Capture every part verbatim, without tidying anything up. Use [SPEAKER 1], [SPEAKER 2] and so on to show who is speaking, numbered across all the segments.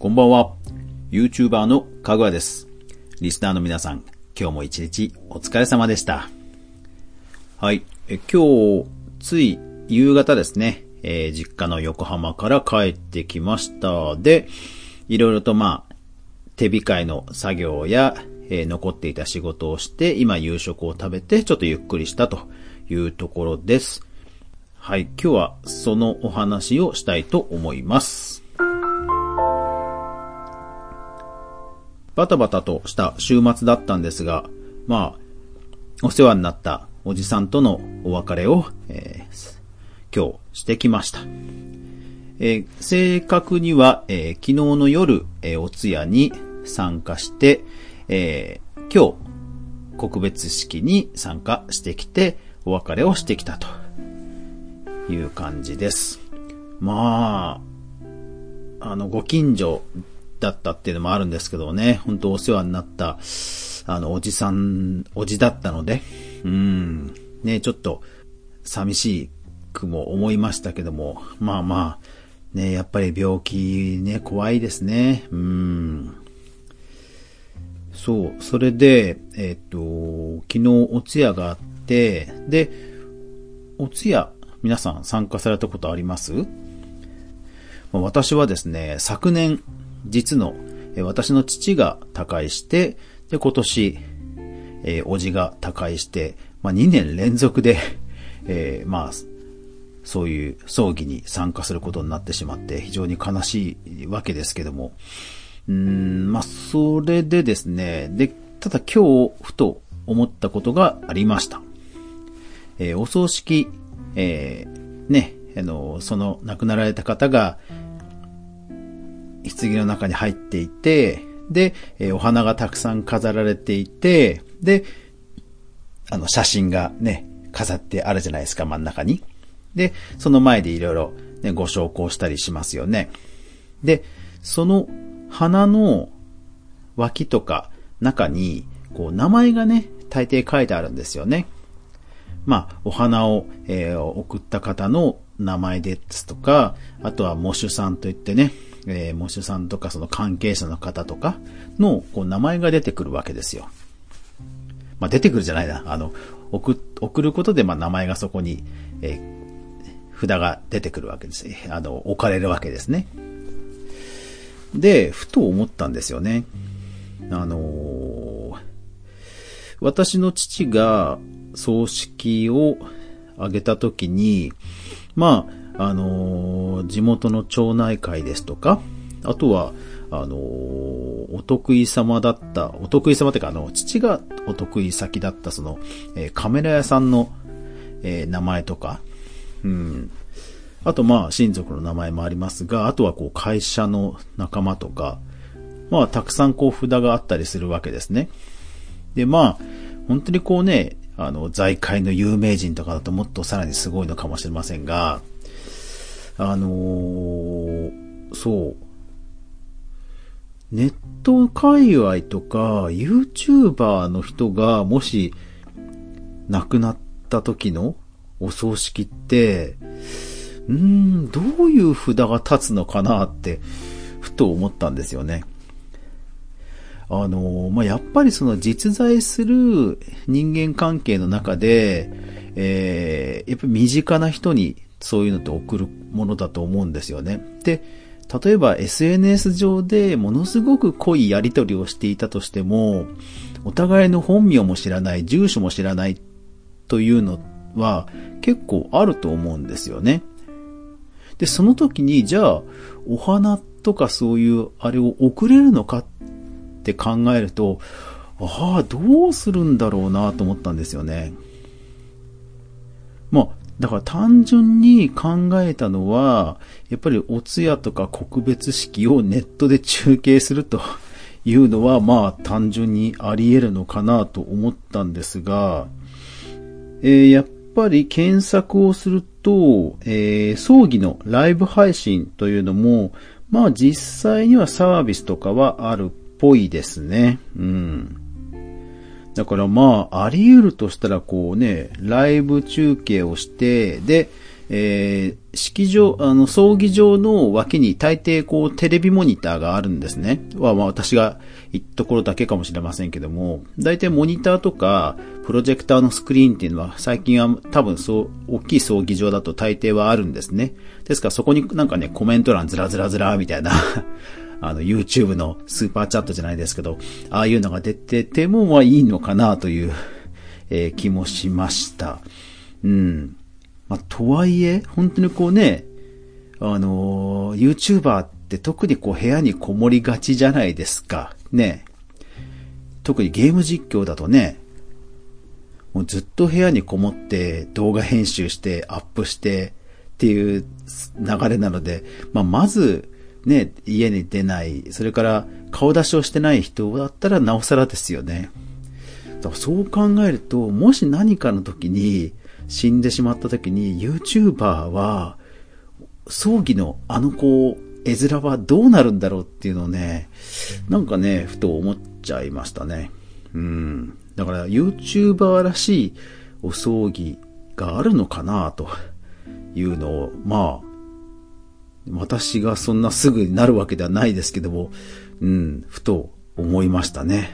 [SPEAKER 1] こんばんは。YouTuber のかぐわです。リスナーの皆さん、今日も一日お疲れ様でした。はい。え今日、つい夕方ですね、えー、実家の横浜から帰ってきました。で、いろいろとまあ、手控えの作業や、えー、残っていた仕事をして、今夕食を食べてちょっとゆっくりしたというところです。はい。今日はそのお話をしたいと思います。バタバタとした週末だったんですが、まあ、お世話になったおじさんとのお別れを、えー、今日してきました。えー、正確には、えー、昨日の夜、えー、お通夜に参加して、えー、今日告別式に参加してきてお別れをしてきたという感じです。まあ、あのご近所だったっていうのもあるんですけどね、本当お世話になったあのおじさんおじだったので、うーんねちょっと寂しくも思いましたけども、まあまあねやっぱり病気ね怖いですね。うーんそうそれでえっと昨日お通夜があって、でお通夜皆さん参加されたことあります？私はですね昨年実の私の父が他界して、で今年、えー、叔父が他界して、まあ、にねん連続で、えー、まあそういう葬儀に参加することになってしまって非常に悲しいわけですけども、うーんまあそれでですね、でただ今日ふと思ったことがありました。えー、お葬式、えー、ねあのその亡くなられた方が棺の中に入っていて、で、えー、お花がたくさん飾られていて、で、あの写真がね、飾ってあるじゃないですか、真ん中に。で、その前でいろいろね、ご焼香したりしますよね。で、その花の脇とか中に、こう名前がね、大抵書いてあるんですよね。まあ、お花を、えー、送った方の名前ですとか、あとは喪主さんといってね、えー、喪主さんとかその関係者の方とかのこう名前が出てくるわけですよ。まあ出てくるじゃないな。あの、送、送ることでまあ名前がそこに、えー、札が出てくるわけです。あの、置かれるわけですね。で、ふと思ったんですよね。あのー、私の父が葬式を挙げたときに、まあ、あのー、地元の町内会ですとか、あとは、あのー、お得意様だった、お得意様っていうか、あの、父がお得意先だった、その、えー、カメラ屋さんの、えー、名前とか、うん。あと、まあ、親族の名前もありますが、あとは、こう、会社の仲間とか、まあ、たくさん、こう、札があったりするわけですね。で、まあ、本当にこうね、あの、財界の有名人とかだともっとさらにすごいのかもしれませんが、あのー、そう。ネット界隈とか YouTuber の人がもし亡くなった時のお葬式って、うーん、どういう札が立つのかなってふと思ったんですよね。あのー、まあ、やっぱりその実在する人間関係の中で、えー、やっぱり身近な人にそういうのって送るものだと思うんですよね。で、例えば エスエヌエス 上でものすごく濃いやり取りをしていたとしても、お互いの本名も知らない、住所も知らないというのは結構あると思うんですよね。で、その時にじゃあお花とかそういうあれを送れるのかって考えると、ああ、どうするんだろうなと思ったんですよね。まあだから単純に考えたのは、やっぱりお通夜とか告別式をネットで中継するというのは、まあ単純にあり得るのかなと思ったんですが、えー、やっぱり検索をすると、えー、葬儀のライブ配信というのも、まあ実際にはサービスとかはあるっぽいですね。うん。だからまあ、あり得るとしたらこうね、ライブ中継をして、で、 えー、式場、あの、葬儀場の脇に大抵こうテレビモニターがあるんですね。は、まあ私が行ったところだけかもしれませんけども、大体モニターとかプロジェクターのスクリーンっていうのは最近は多分そう、大きい葬儀場だと大抵はあるんですね。ですからそこになんかね、コメント欄ずらずらずらみたいな、あの YouTube のスーパーチャットじゃないですけど、ああいうのが出ててもまあいいのかなという、えー、気もしました。うん。まあ、とはいえ、本当にこうね、あのー、YouTuber って特にこう部屋にこもりがちじゃないですか。ね。特にゲーム実況だとね、もうずっと部屋にこもって動画編集してアップしてっていう流れなので、まあ、まずね、家に出ない、それから顔出しをしてない人だったらなおさらですよね。だからそう考えると、もし何かの時に、死んでしまった時に YouTuber は葬儀のあの子絵面はどうなるんだろうっていうのをね、なんかねふと思っちゃいましたね。うん。だから YouTuber らしいお葬儀があるのかなというのを、まあ私がそんなすぐになるわけではないですけども、うん、ふと思いましたね。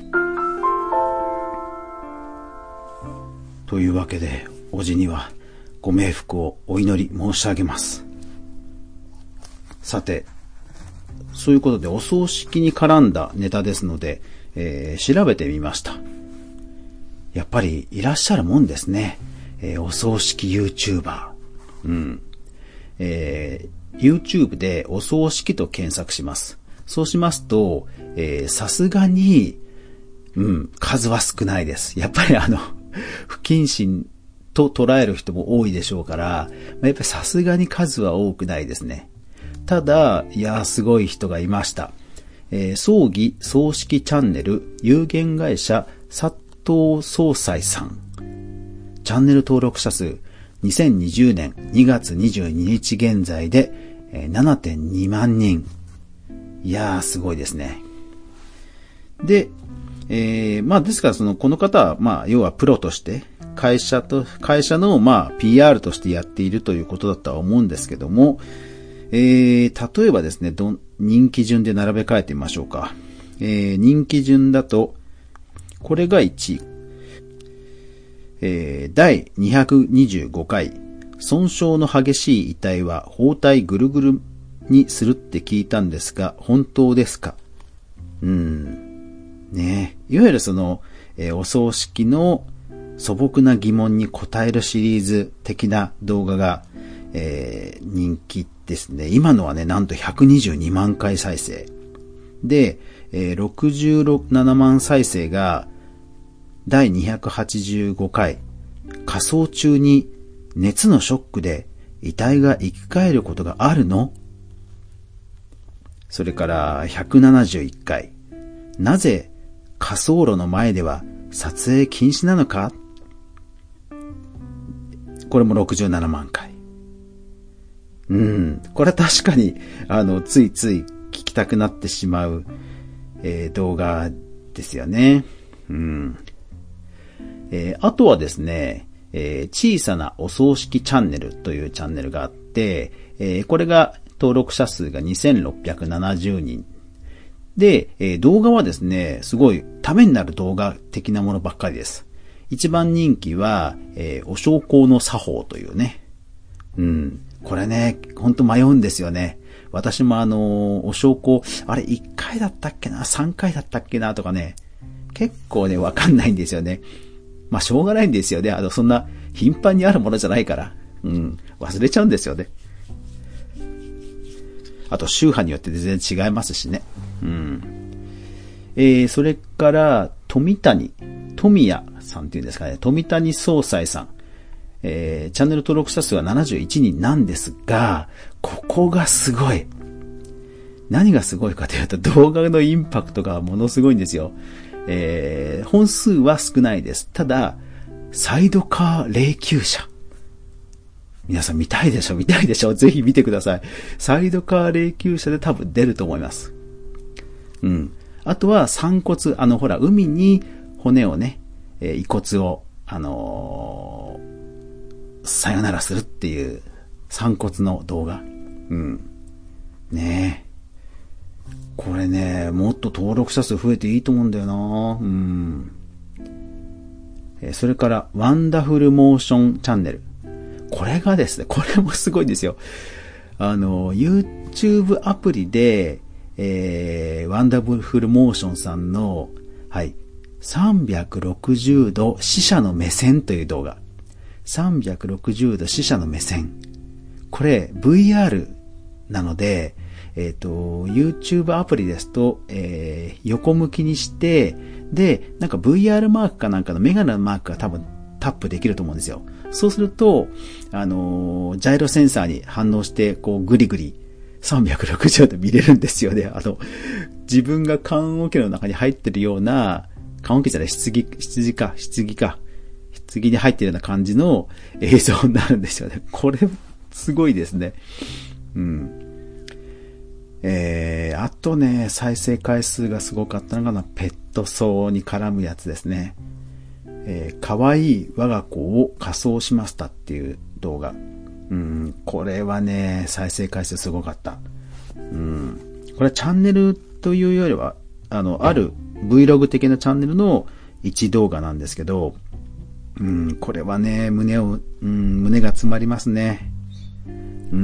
[SPEAKER 1] というわけで、おじにはご冥福をお祈り申し上げます。さて、そういうことでお葬式に絡んだネタですので、えー、調べてみました。やっぱりいらっしゃるもんですね。えー、お葬式 YouTuber。うん。えー、YouTube でお葬式と検索します。そうしますと、さすがに、うん、数は少ないです。やっぱりあの、不謹慎と捉える人も多いでしょうから、やっぱりさすがに数は多くないですね。ただ、いやーすごい人がいました。えー、葬儀葬式チャンネル有限会社佐藤総裁さん。チャンネル登録者数にせんにじゅうねんにがつにじゅうににち現在で ななてんにまんにん。いやーすごいですね。で、えー、まあですからそのこの方はまあ要はプロとして会社と会社のまあ ピーアール としてやっているということだとは思うんですけども、えー、例えばですね、ど人気順で並べ替えてみましょうか。えー、人気順だとこれがいちい、えー、だいにひゃくにじゅうごかい損傷の激しい遺体は包帯ぐるぐるにするって聞いたんですが本当ですか？うーんねえ、いわゆるその、えー、お葬式の素朴な疑問に答えるシリーズ的な動画が、えー、人気ですね。今のはね、なんとひゃくにじゅうにまんかい再生で、えー、ろくじゅうななまん再生がだいにひゃくはちじゅうごかい火葬中に熱のショックで遺体が生き返ることがあるの？それからひゃくななじゅういっかいなぜ火葬炉の前では撮影禁止なのか？これもろくじゅうななまんかい。うん。これは確かに、あの、ついつい聞きたくなってしまう、えー、動画ですよね。うん。えー、あとはですね、えー、小さなお葬式チャンネルというチャンネルがあって、えー、これが登録者数がにせんろっぴゃくななじゅうにん。で、えー、動画はですね、すごいためになる動画的なものばっかりです。一番人気は、えー、お焼香の作法というね。うん。これね、ほんと迷うんですよね。私もあのー、お焼香、あれいっかいだったっけな ?さん 回だったっけなとかね。結構ね、わかんないんですよね。まあ、しょうがないんですよね。あの、そんな頻繁にあるものじゃないから。うん。忘れちゃうんですよね。あと、宗派によって全然違いますしね。うん。えー、それから、富谷、富谷さんっていうんですかね。富谷総裁さん。えー、チャンネル登録者数はななじゅういちにんなんですが、ここがすごい。何がすごいかというと、動画のインパクトがものすごいんですよ。えー、本数は少ないです。ただ、サイドカー霊柩車。皆さん見たいでしょ見たいでしょぜひ見てください。サイドカー霊柩車で多分出ると思います。うん。あとは散骨、あのほら、海に骨をね、えー、遺骨を、あのー、 さよならするっていう散骨の動画。うん。ねえ。これね、もっと登録者数増えていいと思うんだよな。うん。それから、ワンダフルモーションチャンネル。これがですね、これもすごいんですよ。あの、YouTube アプリで、えー、ワンダフルモーションさんの、はい、さんびゃくろくじゅうど死者の目線という動画。さんびゃくろくじゅうど死者の目線。これ ブイアール なので、えっと、YouTube アプリですと、えー、横向きにして、で、なんか ブイアール マークかなんかのメガネのマークが多分タップできると思うんですよ。そうすると、あのー、ジャイロセンサーに反応して、こうグリグリさんびゃくろくじゅうど見れるんですよね。あの、自分が棺桶の中に入ってるような、棺桶じゃない、棺、棺か、棺か、棺に入ってるような感じの映像になるんですよね。これ、すごいですね。うん。えー、あとね、再生回数がすごかったのが、ペット葬に絡むやつですね。えー、可愛い我が子を火葬しましたっていう動画。うん、これはね、再生回数すごかった。うん、これはチャンネルというよりは、あの、ある Vlog 的なチャンネルの一動画なんですけど、うん、これはね、胸を、うん、胸が詰まりますね。うん。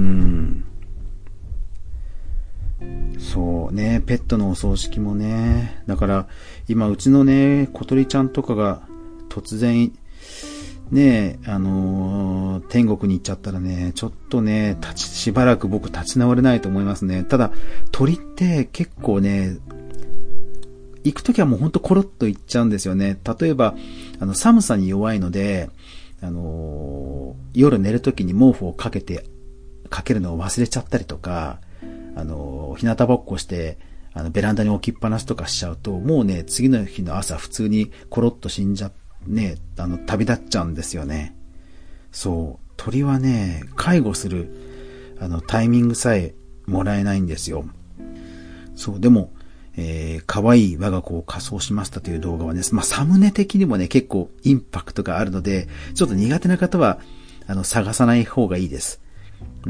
[SPEAKER 1] そうね、ペットのお葬式もね、だから今うちのね、小鳥ちゃんとかが突然ね、あのー、天国に行っちゃったらね、ちょっとね、立ち、しばらく僕立ち直れないと思いますね。ただ鳥って結構ね、行くときはもうほんとコロッと行っちゃうんですよね。例えばあの寒さに弱いので、あのー、夜寝るときに毛布をかけてかけるのを忘れちゃったりとか、あの、日向ぼっこして、あの、ベランダに置きっぱなしとかしちゃうと、もうね、次の日の朝普通にコロッと死んじゃ、ね、あの、旅立っちゃうんですよね。そう。鳥はね、介護する、あの、タイミングさえもらえないんですよ。そう、でも、えー、可愛い我が子を火葬しましたという動画はね、まあ、サムネ的にもね、結構インパクトがあるので、ちょっと苦手な方は、あの、探さない方がいいです。うん。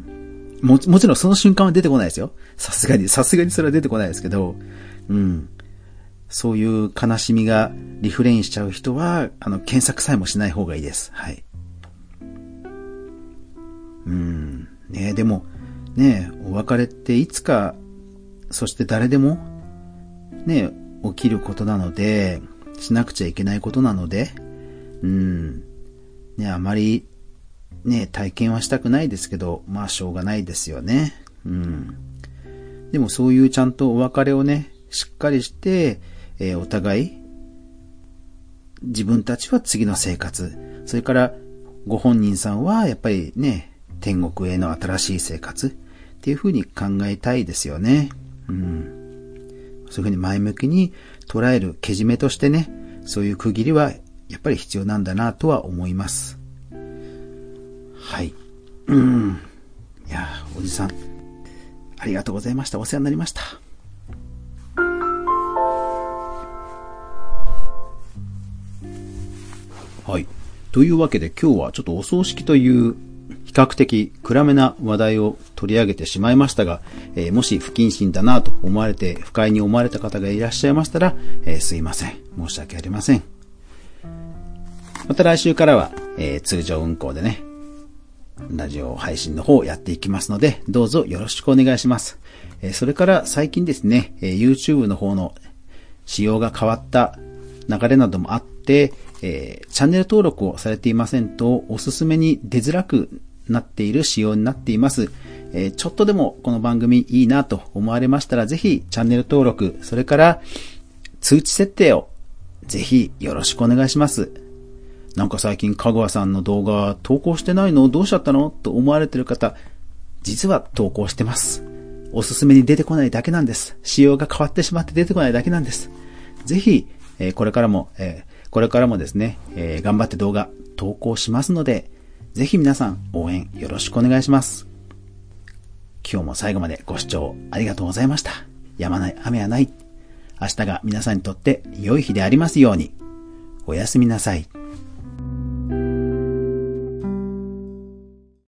[SPEAKER 1] も、もちろんその瞬間は出てこないですよ。さすがに、さすがにそれは出てこないですけど、うん。そういう悲しみがリフレインしちゃう人は、あの、検索さえもしない方がいいです。はい。うん。ねえ、でも、ねえ、お別れっていつか、そして誰でも、ねえ、起きることなので、しなくちゃいけないことなので、うん。ねえ、あまり、ね、体験はしたくないですけど、まあしょうがないですよね。うん。でもそういうちゃんとお別れをね、しっかりして、えー、お互い、自分たちは次の生活、それからご本人さんはやっぱりね、天国への新しい生活っていうふうに考えたいですよね。うん。そういうふうに前向きに捉えるけじめとしてね、そういう区切りはやっぱり必要なんだなとは思います。はい。うん。いや、おじさん、ありがとうございました。お世話になりました。はい。というわけで今日はちょっとお葬式という比較的暗めな話題を取り上げてしまいましたが、えー、もし不謹慎だなと思われて、不快に思われた方がいらっしゃいましたら、えー、すいません。申し訳ありません。また来週からは、えー、通常運行でね、ラジオ配信の方をやっていきますので、どうぞよろしくお願いします。えー、それから最近ですね、えー、YouTube の方の仕様が変わった流れなどもあって、えー、チャンネル登録をされていませんと、おすすめに出づらくなっている仕様になっています。えー、ちょっとでもこの番組いいなと思われましたら、ぜひチャンネル登録、それから通知設定をぜひよろしくお願いします。なんか最近かぐわさんの動画投稿してないの？どうしちゃったの？と思われている方、実は投稿してます。おすすめに出てこないだけなんです。仕様が変わってしまって出てこないだけなんです。ぜひ、えー、これからも、えー、これからもですね、えー、頑張って動画投稿しますので、ぜひ皆さん応援よろしくお願いします。今日も最後までご視聴ありがとうございました。止まない雨はない。明日が皆さんにとって良い日でありますように。おやすみなさい。